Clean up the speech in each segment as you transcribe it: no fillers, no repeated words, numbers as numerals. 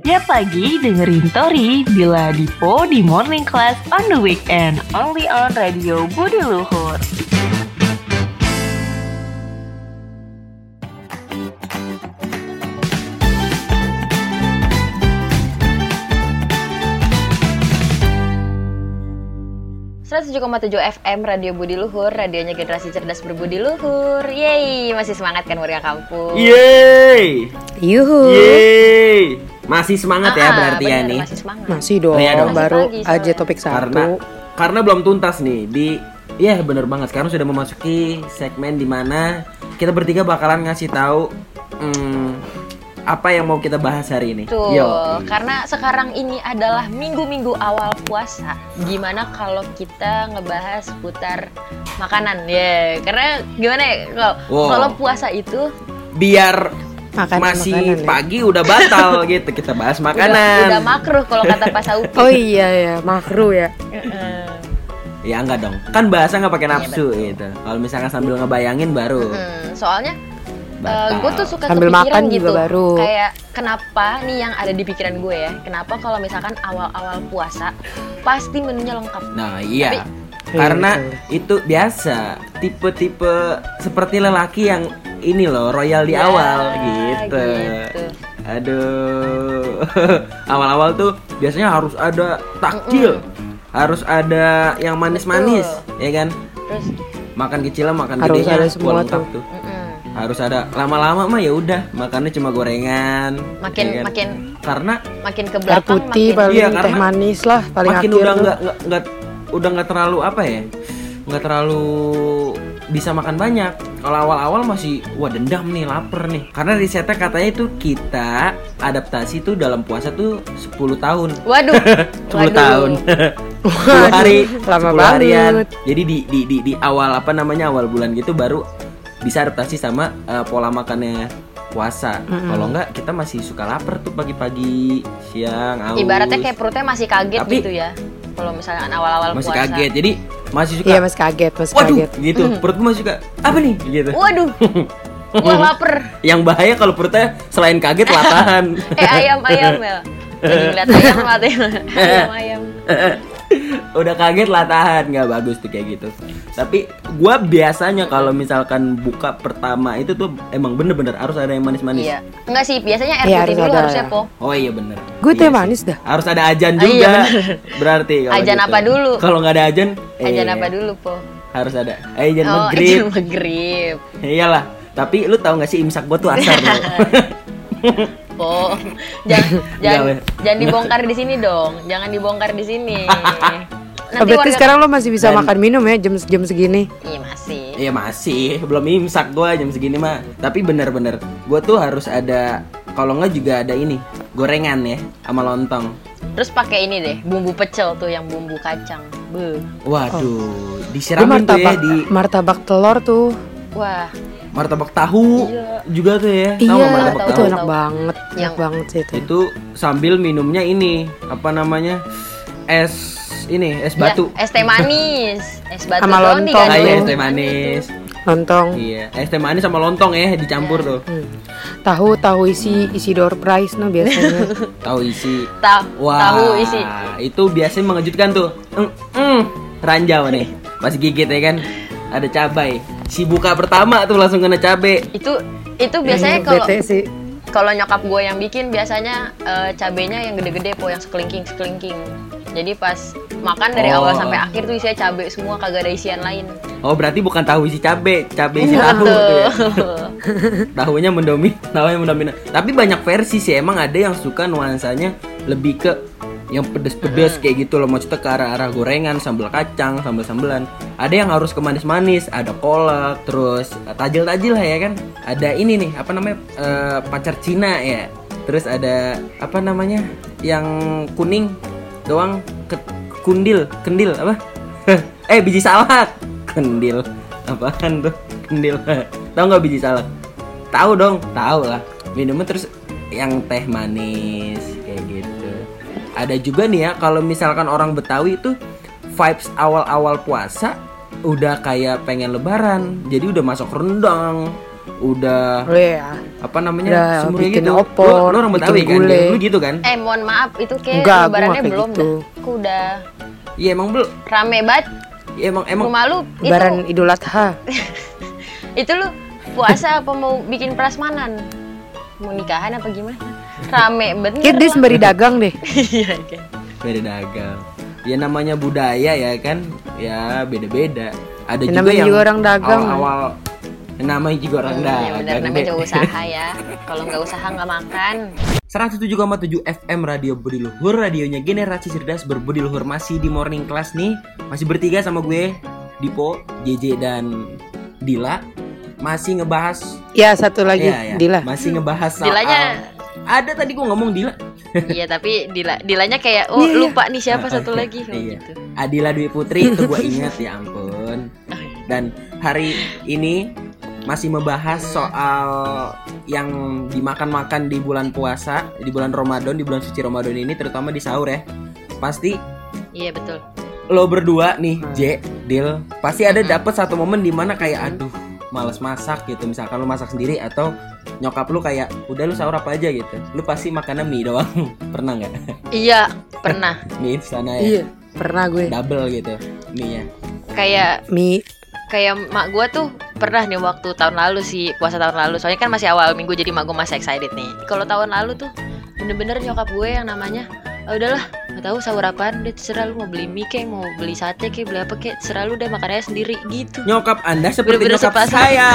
Tiap pagi dengerin Tori Bila Dipo di Morning Class on the weekend. Only on Radio Budi Luhur. .7 FM Radio Budi Luhur, radionya generasi cerdas berbudi luhur. Yeay, masih semangat kan warga kampung? Yeay, Yuhu. yeay, masih semangat ya berarti ya bener, nih. masih semangat. Masih dong, Iya dong. baru Masih pagi aja soalnya. topik Karena 1. belum tuntas nih Iya bener banget. Sekarang sudah memasuki segmen dimana kita bertiga bakalan ngasih tahu apa yang mau kita bahas hari ini. Tuh, Yo. karena sekarang ini adalah minggu-minggu awal puasa. Gimana kalau kita ngebahas seputar makanan? Ya, karena gimana ya kalau puasa itu Biar Makanan, masih ya. pagi udah batal gitu kita bahas makanan. udah makruh kalau kata Pak Sauki. Oh iya ya, makruh ya. Ya enggak dong. Kan bahasa nggak pakai nafsu gitu. Kalau misalkan sambil ngebayangin baru. Soalnya Batal. gue tuh suka Sambil kepikiran makan gitu, juga baru. kayak kenapa nih yang ada di pikiran gue ya, kenapa kalau misalkan awal-awal puasa pasti menunya lengkap. Nah iya. Tapi- Karena Iya, itu biasa tipe-tipe seperti lelaki yang ini loh royal di Ya, awal gitu. Aduh. Awal-awal tuh biasanya harus ada takjil. Harus ada yang manis-manis, ya kan? Terus Makan kecil makan Harus gedenya ada semua lengkap tuh. Harus ada. Lama-lama mah ya udah makannya cuma gorengan. makin ya kan? makin Karena makin ke Air belakang putih makin paling Iya, teh karena manis lah paling makin akhir udah tuh. nggak terlalu apa ya, nggak terlalu bisa makan banyak. Kalau awal-awal masih wah dendam nih, lapar nih. Karena risetnya katanya itu kita adaptasi tuh dalam puasa tuh 10 tahun. waduh 10 tahun. 10 hari, lama 10 harian. banget. Jadi di awal awal bulan gitu baru bisa adaptasi sama pola makannya puasa. Kalau enggak kita masih suka lapar tuh pagi-pagi, siang, aus. ibaratnya kayak perutnya masih kaget Tapi- gitu ya kalau misalnya awal-awal masih puasa. kaget. Jadi masih suka Iya, masih kaget, masih waduh kaget. gitu. Perutmu masih suka apa nih gitu. Waduh, gua lapar. Yang bahaya kalau perutnya selain kaget latahan. Ayam ya. Lagi ngeliat ayam matanya. Ayam. Udah kaget latahan, nggak bagus tuh kayak gitu. Tapi gua biasanya kalau misalkan buka pertama itu tuh emang bener-bener harus ada yang manis-manis. Iya. Enggak sih, biasanya air Iya, putih harus dulu ada. harusnya, Po. Oh iya bener. Gue Iya teh sih. manis dah. Harus ada ajan Ah, juga. iya, bener. Berarti kalau Ajan gitu. apa dulu? Kalau nggak ada ajan, Ajan iya, apa dulu, Po? harus ada. Ajan Oh, maghrib. ajan maghrib. Iyalah. Tapi lu tahu nggak sih imsak gua tuh asar loh. Po. Jangan Weh. jangan dibongkar di sini dong. Jangan dibongkar di sini. Berarti sekarang lo masih bisa Dan- makan minum ya jam segini. Iya masih. Iya masih, belum imsak gua jam segini mah. Tapi bener-bener gua tuh harus ada, kalau nggak juga ada ini gorengan ya sama lontong. Terus pakai ini deh, bumbu pecel tuh yang bumbu kacang. Beuh. Waduh, Gue disiramin tuh ya di martabak telur tuh. Wah, martabak tahu Iya. juga tuh ya. Tahu Iya, nggak martabak itu tahu? enak banget. Enak Yang- banget sih itu. Itu sambil minumnya ini apa namanya, es batu. Ya, es teh manis. Es batu Sama doang lontong. Ah, diganti iya, Aduh. es teh manis. Lontong. Iya, es teh manis sama lontong ya dicampur tuh. Tahu isi door prize no biasanya. Tahu isi. Wah, tahu isi. Itu biasanya mengejutkan tuh. Ranjau nih. Pas gigit ya kan ada cabai. Si buka pertama tuh langsung kena cabai. Itu biasanya kalau Bete sih. kalau nyokap gue yang bikin biasanya cabenya yang gede-gede, Po, yang sekelingking. Jadi pas makan dari Oh. awal sampai akhir tuh isinya cabai semua, kagak ada isian lain. Oh, berarti bukan tahu isi cabai isi tahu tuh ya. Tahunya mendominasi. Tapi banyak versi sih, emang ada yang suka nuansanya lebih ke yang pedes-pedes kayak gitu loh, maksudnya ke arah-arah gorengan, sambal kacang, sambal-sambelan. Ada yang harus ke manis-manis, ada kolak, terus tajil-tajil lah ya kan. Ada ini nih, apa namanya, pacar Cina ya. Terus ada apa namanya, yang kuning doang, kendil apa? Biji salak. Kendil, apaan tuh? Kendil. Tahu nggak biji salak? Tahu dong, tahu lah. Minumnya terus yang teh manis kayak gitu. Ada juga nih ya, kalau misalkan orang Betawi itu vibes awal-awal puasa udah kayak pengen lebaran. Jadi udah masak rendang, udah Oh iya. apa namanya Udah semuanya bikin gitu. opor, Lu orang bikin Betawi kan? gulai. Lu gitu kan? Mohon maaf itu kayak Enggak, gua lebarannya nggak kayak belum gitu. dah. Aku udah Iya emang belum. rame banget. Iya, emang Rumah lu Lebaran Idul Adha. itu lu puasa apa mau bikin prasmanan? Mau nikahan apa gimana? Rame bener. Kayak dia lah. sembari dagang deh. Iya kan. beda dagang. Ya namanya budaya ya kan. Ya beda-beda. Ada Ya, juga namanya yang juga orang dagang. awal-awal namanya juga orang Ya dagang. bener namanya juga usaha ya. Kalau nggak usaha nggak makan. 107,7 FM Radio Budi Luhur, radionya generasi cerdas berbudi luhur, masih di morning class nih. Masih bertiga sama gue, Dipo, JJ dan Dila. Masih ngebahas Ya satu lagi, Iya, Dila. masih ngebahas soal Dilanya- ada tadi gue ngomong Dila. Iya tapi Dilanya kayak Iya. lupa nih siapa satu lagi. Iya. Gitu. Adila Dwi Putri itu gue ingat ya ampun. Dan hari ini masih membahas soal yang dimakan-makan di bulan puasa, di bulan Ramadan, di bulan suci Ramadan ini, terutama di sahur ya. Pasti Iya betul. lo berdua nih, J, Dil, pasti ada dapet satu momen dimana kayak aduh males masak gitu. Misalkan lu masak sendiri atau nyokap lu kayak udah lu sahur apa aja gitu, lu pasti makannya mie doang. Pernah nggak? Iya pernah. Mie sana ya, Iya, pernah gue. double gitu mie nya. Kayak Mie. mak gue tuh pernah nih waktu tahun lalu sih, puasa tahun lalu. Soalnya kan masih awal minggu jadi mak gue masih excited nih. Kalau tahun lalu tuh bener-bener nyokap gue yang namanya udahlah nggak tahu sahur apaan, udah terserah lu mau beli mie kek, mau beli sate kek, beli apa kek, terserah lu deh, makannya sendiri gitu. Nyokap Anda seperti Bener-bener nyokap sepasang. saya.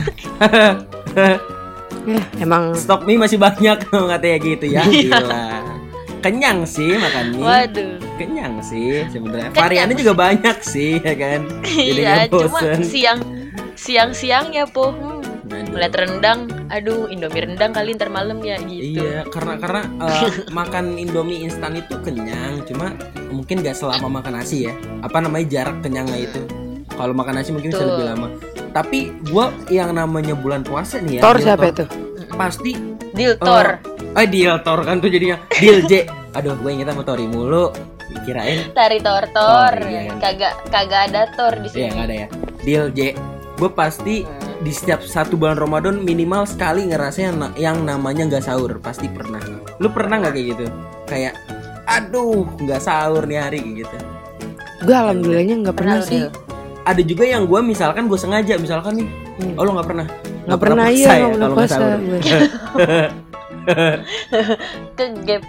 Emang Stok mie masih banyak katanya gitu ya. Gila. Kenyang sih makan mie. Waduh. Kenyang sih sebenarnya. Kenyang Variannya juga banyak sih ya kan. Jadi Iya, nggak cuma bosen. siang ya po. Aduh. Ngeliat rendang, aduh Indomie rendang kali ntar malam ya gitu. Iya, karena makan Indomie instan itu kenyang, cuma mungkin gak selama makan nasi ya. Apa namanya jarak kenyangnya itu. Kalau makan nasi mungkin bisa Betul. lebih lama. Tapi gua yang namanya bulan puasa nih ya. Thor Dil siapa Thor, itu? Pasti Diltor. Deal Thor kan tuh jadinya Deal J. Aduh, gue inget sama Tori mulu. Kirain Tari Tor. Thor, iya. Kagak ada Tor di iya sini. nggak ada ya. Deal J. Gue pasti di setiap satu bulan Ramadan minimal sekali ngerasain yang namanya nggak sahur, pasti pernah. Lu pernah nggak kayak gitu? Kayak aduh nggak sahur nih hari kayak gitu. Gue alhamdulillahnya nggak pernah lu, sih. Dil? Ada juga yang gue misalkan gue sengaja misalkan nih. Oh lu nggak pernah? Nggak pernah, puasa iya, ya nggak pernah kalau nggak puasa sahur. gue. Ke gap.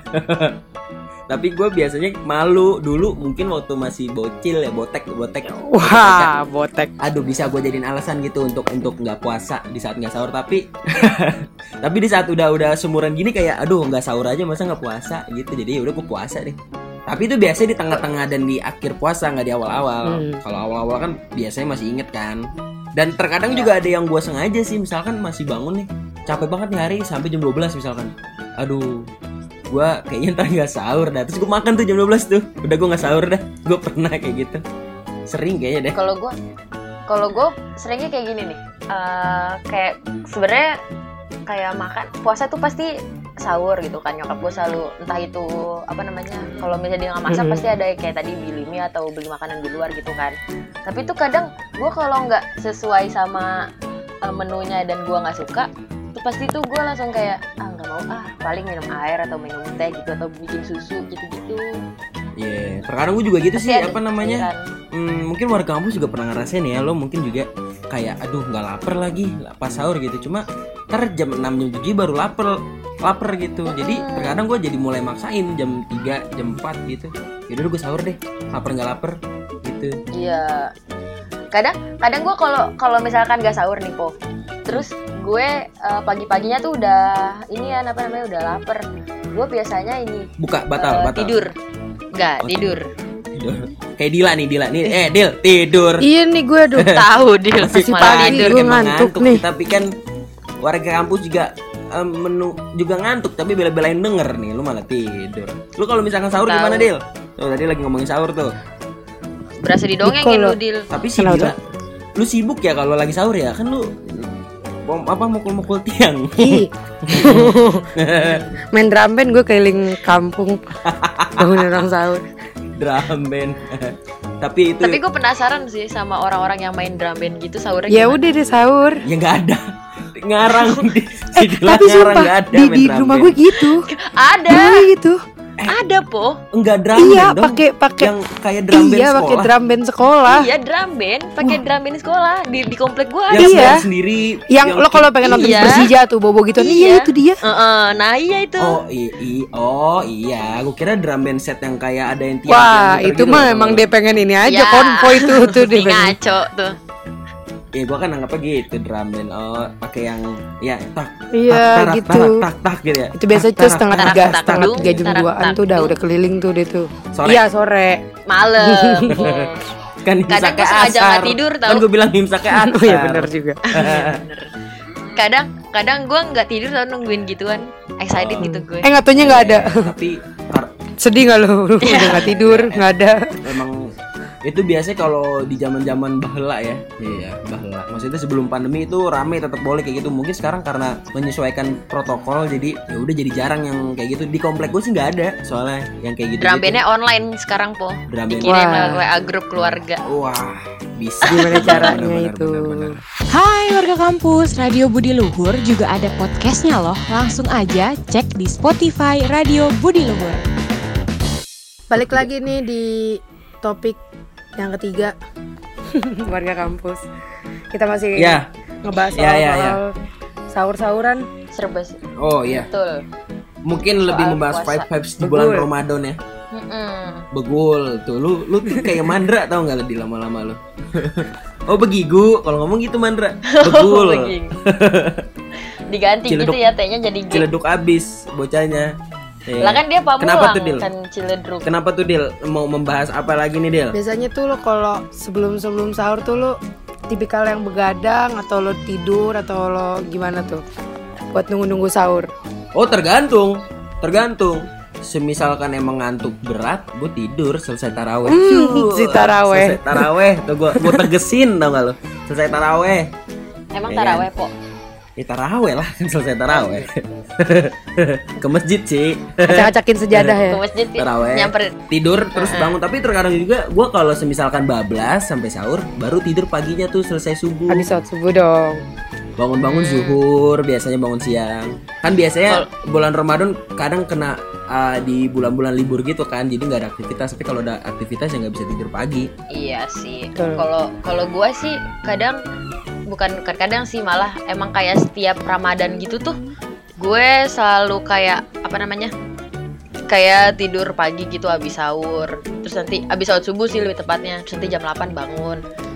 Tapi gue biasanya malu dulu mungkin waktu masih bocil ya, botek. Wah, botek. Aduh bisa gue jadiin alasan gitu untuk nggak puasa di saat nggak sahur, tapi tapi di saat udah sumuran gini kayak aduh nggak sahur aja masa nggak puasa gitu, jadi ya udah gue puasa deh. Tapi itu biasanya di tengah-tengah dan di akhir puasa, nggak di awal-awal. Kalau awal-awal kan biasanya masih inget kan. Dan terkadang juga ada yang gue sengaja sih, misalkan masih bangun nih capek banget nih hari sampai jam 12 misalkan, aduh gue kayaknya ntar nggak sahur dah, terus gue makan tuh jam 12 tuh, udah gue nggak sahur dah. Gue pernah kayak gitu, sering kayaknya deh. Kalau gue seringnya kayak gini nih. Kayak sebenarnya kayak makan puasa tuh pasti sahur gitu kan. Nyokap gue selalu entah itu apa namanya, kalau misalnya dia nggak masak pasti ada kayak tadi beli mie atau beli makanan di luar gitu kan. Tapi tuh kadang gue kalau nggak sesuai sama menunya dan gue nggak suka, tuh pasti tuh gue langsung kayak nggak mau, paling minum air atau minum teh gitu atau bikin susu gitu-gitu. Iya, terkadang gue juga gitu Pasti sih, ada apa namanya? pikiran. Mungkin warga kampus juga pernah ngerasain ya, lo mungkin juga kayak aduh nggak lapar lagi pas sahur gitu, cuma ntar jam 6 jam 7 baru lapar gitu. Jadi terkadang gue jadi mulai maksain jam 3 jam 4 gitu, yaudah gue sahur deh, lapar nggak lapar gitu. Iya. Kadang gue kalau misalkan gak sahur nih po, terus gue pagi-paginya tuh udah ini ya apa namanya udah lapar. Gue biasanya ini batal tidur. Enggak, tidur. Kayak Dila nih Dil tidur. Iya nih gue aduh. Tahu Dil Masih malah pagi, tidur. gue Emang ngantuk nih. Tapi kan warga kampus juga menu juga ngantuk, tapi bela-belain denger nih, lu malah tidur. Lu kalau misalkan sahur Tahu. gimana Dil? Tuh tadi lagi ngomongin sahur tuh. Berasa didongengin Kalau- lu Dil. Tapi si Kenapa Dila, lu sibuk ya kalau lagi sahur ya? Kan lu mukul-mukul tiang. Ih. Main drum band gue keliling kampung. Bangunin orang sahur. Drum band. Tapi itu Tapi gue penasaran sih sama orang-orang yang main drum band gitu sahurnya Ya gimana? udah deh sahur. ya nggak ada. ngarang di Tapi ngarang sumpah nggak ada di main drum rumah band. gue gitu. Ada. Rumah gitu. Ada po. Enggak drum Iya, band dong. pakai yang kayak drum band iya, sekolah. pakai drum band sekolah. Iya drum band, pakai drum band sekolah di komplek gua ada. Yang Iya. sendiri sendiri. Yang lo kalau pengen nonton Iya. Persija tuh bobo gitu. Iya itu dia. Nah iya itu. Oh iya, gue kira drum band set yang kayak ada yang tiang. Wah, itu mah emang dia pengen ini aja Ya. konvoy tuh dia pengen. ngaco tuh. Ya gue kan anggapnya gitu drum band. Oh, pakai yang ya tak. Iya, tak, gitu. Tak gitu ya. Itu biasa tuh setengah tarak, tiga, tarak, setengah dung, tiga jam tarak, 2-an tarak, tuh dung. udah keliling tuh dia tuh. Sore. Iya sore. Malam. Kan Kadang imsaknya gua sengaja asar. nggak tidur, tau. Kan gue bilang imsaknya asar. Oh iya benar juga. Kadang gue nggak tidur tau nungguin gituan, excited gitu gue. Nggak taunya nggak ada. Tapi Sedih nggak lo? Udah nggak tidur, nggak ada. emang itu biasanya kalau di zaman-zaman bahela ya. Iya, bahela. Maksudnya sebelum pandemi itu rame tetap boleh kayak gitu. Mungkin sekarang karena menyesuaikan protokol jadi ya udah jadi jarang yang kayak gitu. Di komplek gue sih nggak ada soalnya yang kayak gitu. Drum bandnya online sekarang po, Drum band. dikirim Wah. WA grup keluarga. Wah, bisa. Gimana caranya Benar, itu? benar. Hai warga kampus, Radio Budi Luhur juga ada podcastnya loh. Langsung aja cek di Spotify Radio Budi Luhur. Balik lagi nih di topik yang ketiga. Warga kampus. Kita masih Ya. ngebahas Ya, ya, ya. soal sahur-sahuran. Serba sih. Oh iya. Betul. Mungkin lebih Soal membahas puasa. vibes di Begul. bulan Ramadan ya. Mm-mm. Begul tuh lu tuh kayak Mandra tau nggak di lama-lama lu. Oh begigu kalau ngomong gitu Mandra. Begul. Begini. Diganti Ciledug. gitu ya T-nya jadi G. Ciledug abis bocahnya. Iya. Lah kan dia Pamulang. Kenapa tuh, Dil? Kan Ciledug. Kenapa tuh Dil? Mau membahas apa lagi nih Dil? Biasanya tuh lo kalau sebelum sahur tuh lo tipikal yang begadang atau lo tidur atau lo gimana tuh buat nunggu sahur? Oh tergantung. Semisalkan emang ngantuk berat, gue tidur selesai taraweh. Si taraweh. Selesai taraweh, tuh gue tegesin tau gak lo? Selesai taraweh. Emang Iya. taraweh po. Ya taraweh lah, kan selesai taraweh. Ke masjid sih. Acak-acakin sejadah ya. Ke masjid Taraweh. nyamperin. Tidur terus bangun. Tapi terkadang juga gue kalau semisalkan bablas sampai sahur, baru tidur paginya tuh selesai subuh. Habis sholat subuh dong. Bangun-bangun zuhur, biasanya bangun siang. Kan biasanya bulan Ramadan kadang kena di bulan-bulan libur gitu kan, jadi nggak ada aktivitas. Tapi kalau ada aktivitas ya nggak bisa tidur pagi. Iya sih. Betul. Kalau gua sih kadang bukan kadang sih malah emang kayak setiap Ramadan gitu tuh gue selalu kayak apa namanya? Kayak tidur pagi gitu habis sahur. Terus nanti habis sahur subuh sih lebih tepatnya. Terus nanti jam 8 bangun.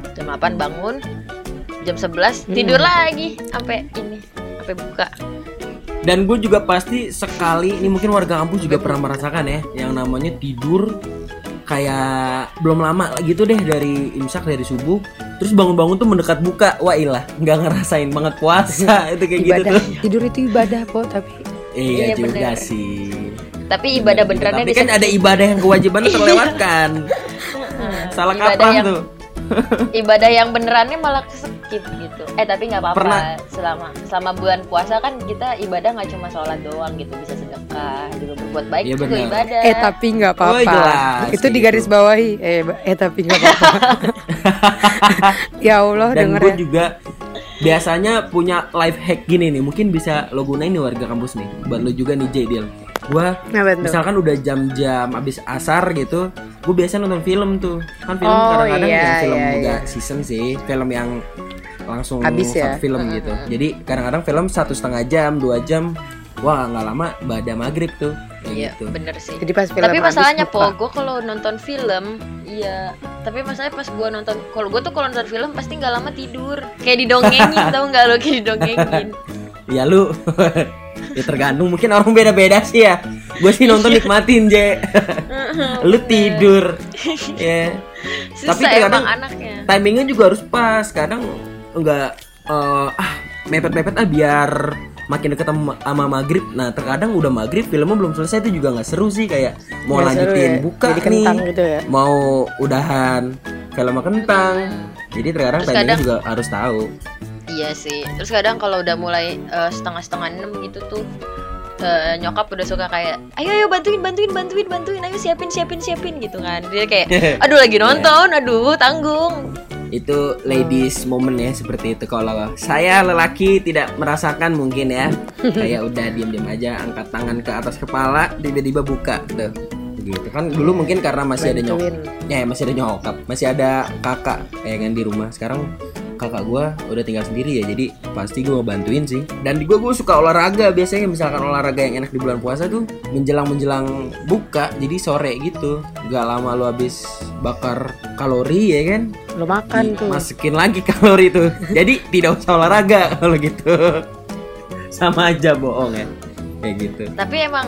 Jam 11 tidur lagi sampai buka. Dan gue juga pasti sekali, ini mungkin warga kampus juga pernah merasakan ya, yang namanya tidur kayak belum lama gitu deh dari imsak, dari subuh, terus bangun-bangun tuh mendekat buka. Wah ilah, nggak ngerasain banget puasa itu kayak Ibadah. gitu tuh. Tidur itu ibadah po, tapi Iya Iya, juga bener. sih. Tapi ibadah benerannya Tapi kan ada ibadah yang kewajibannya terlewatkan. Salah Ibadah kaprah yang- tuh. ibadah yang benerannya malah skip gitu. Tapi nggak apa-apa. Pernah. Selama bulan puasa kan kita ibadah nggak cuma sholat doang gitu, bisa sedekah juga, berbuat baik Iya, juga benar. ibadah. tapi nggak Oh, apa-apa. jelas, Itu kayak di garis gitu. bawahi. Tapi nggak apa-apa. Ya Allah Dan denger gue ya. juga biasanya punya life hack gini nih, mungkin bisa lo gunain nih warga kampus nih, buat lo juga nih Jadil. Gua Nah, betul. misalkan udah jam-jam abis asar gitu, gue biasa nonton film tuh. Kan film Oh, kadang-kadang iya, yang film iya, enggak iya. season sih, film yang langsung Habis ya? satu film gitu. Jadi kadang-kadang film 1,5 jam, 2 jam, wah nggak lama pada maghrib tuh. Kayak Iya gitu. bener sih. Jadi pas film Tapi habis masalahnya lupa. gue kalau nonton film, iya. Tapi masalahnya pas gue nonton, kalau gue tuh kalau nonton film pasti nggak lama tidur. Kayak didongengin, tau nggak lo, kayak didongengin. Ya lu ya tergantung, mungkin orang beda-beda sih ya. Gue sih nonton nikmatin Je. Lu tidur. Ya. Susah Tapi terkadang emang anaknya. timingnya juga harus pas. Kadang enggak mepet-mepet biar makin deket sama maghrib. Nah terkadang udah maghrib filmnya belum selesai, itu juga nggak seru sih. Kayak mau Nggak seru lanjutin ya. buka Jadi nih, kentang gitu ya. mau udahan filmnya kentang. Jadi terkadang Terus timingnya kadang- juga harus tahu. Iya sih. Terus kadang kalau udah mulai setengah 6 gitu tuh, nyokap udah suka kayak, ayo bantuin, ayo siapin gitu kan. Dia kayak, aduh lagi nonton, aduh tanggung. Itu ladies moment ya seperti itu. Kalau saya lelaki tidak merasakan mungkin ya. Kayak udah diam-diam aja, angkat tangan ke atas kepala, tiba-tiba buka tuh. Gitu kan dulu mungkin karena masih ada masih ada nyokap, masih ada kakak ya kan di rumah. Sekarang kakak gue udah tinggal sendiri ya, jadi pasti gue bantuin sih. Dan gue suka olahraga biasanya, misalkan olahraga yang enak di bulan puasa tuh menjelang buka, jadi sore gitu, gak lama lu habis bakar kalori ya kan, Lo makan tuh. masukin lagi kalori tuh. Jadi tidak usah olahraga kalau gitu. Sama aja bohong ya kayak gitu. Tapi emang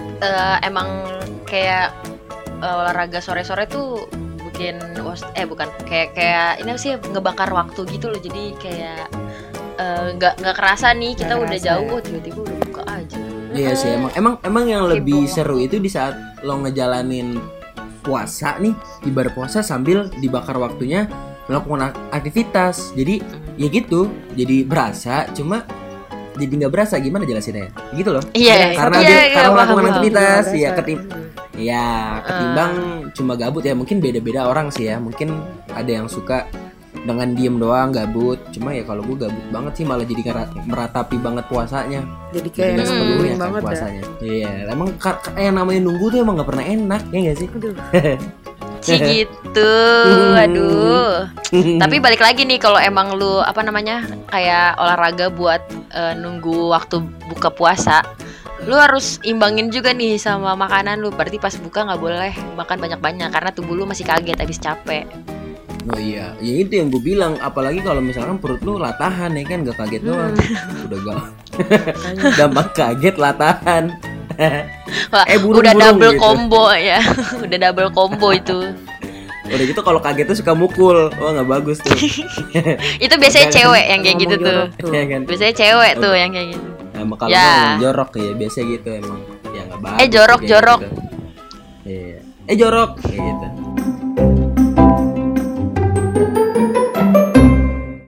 kayak olahraga sore-sore tuh bukan kayak ini sih ngebakar waktu gitu loh. Jadi kayak nggak kerasa nih kita udah jauh, tiba-tiba udah buka aja. Iya sih, emang yang lebih seru itu di saat lo ngejalanin puasa nih, ibadah puasa sambil dibakar waktunya melakukan aktivitas. Jadi ya gitu, jadi berasa, cuma jadi nggak berasa, gimana jelasinnya gitu loh. Iya, karena melakukan paham. aktivitas ya ketimbang cuma gabut ya. Mungkin beda-beda orang sih ya, mungkin ada yang suka dengan diem doang gabut, cuma ya kalau gue gabut banget sih, malah jadi meratapi banget puasanya, Jadi kayak nggak sepenuhnya nungguin kan banget ya. puasanya. Iya, emang yang namanya nunggu tuh emang nggak pernah enak ya nggak sih? Ci gitu, aduh. Tapi balik lagi nih, kalau emang lu kayak olahraga buat nunggu waktu buka puasa, lu harus imbangin juga nih sama makanan lu. Berarti pas buka nggak boleh makan banyak-banyak karena tubuh lu masih kaget habis capek. Oh iya, ya itu yang gue bilang. Apalagi kalau misalkan perut lu latahan ya kan, gak kaget doang, udah gampang kaget latahan. Wah, burung-burung udah double gitu. combo ya. Udah double combo itu. Udah gitu kalau kaget tuh suka mukul, wah nggak bagus tuh. Itu biasanya cewek yang kayak gitu tuh. Ya kan? Biasanya cewek tuh yang kayak gitu. Nah, kalau Ya. ngomong jorok ya biasa gitu emang. Ya nggak bagus. Jorok. Gitu. Iya. Jorok kayak gitu.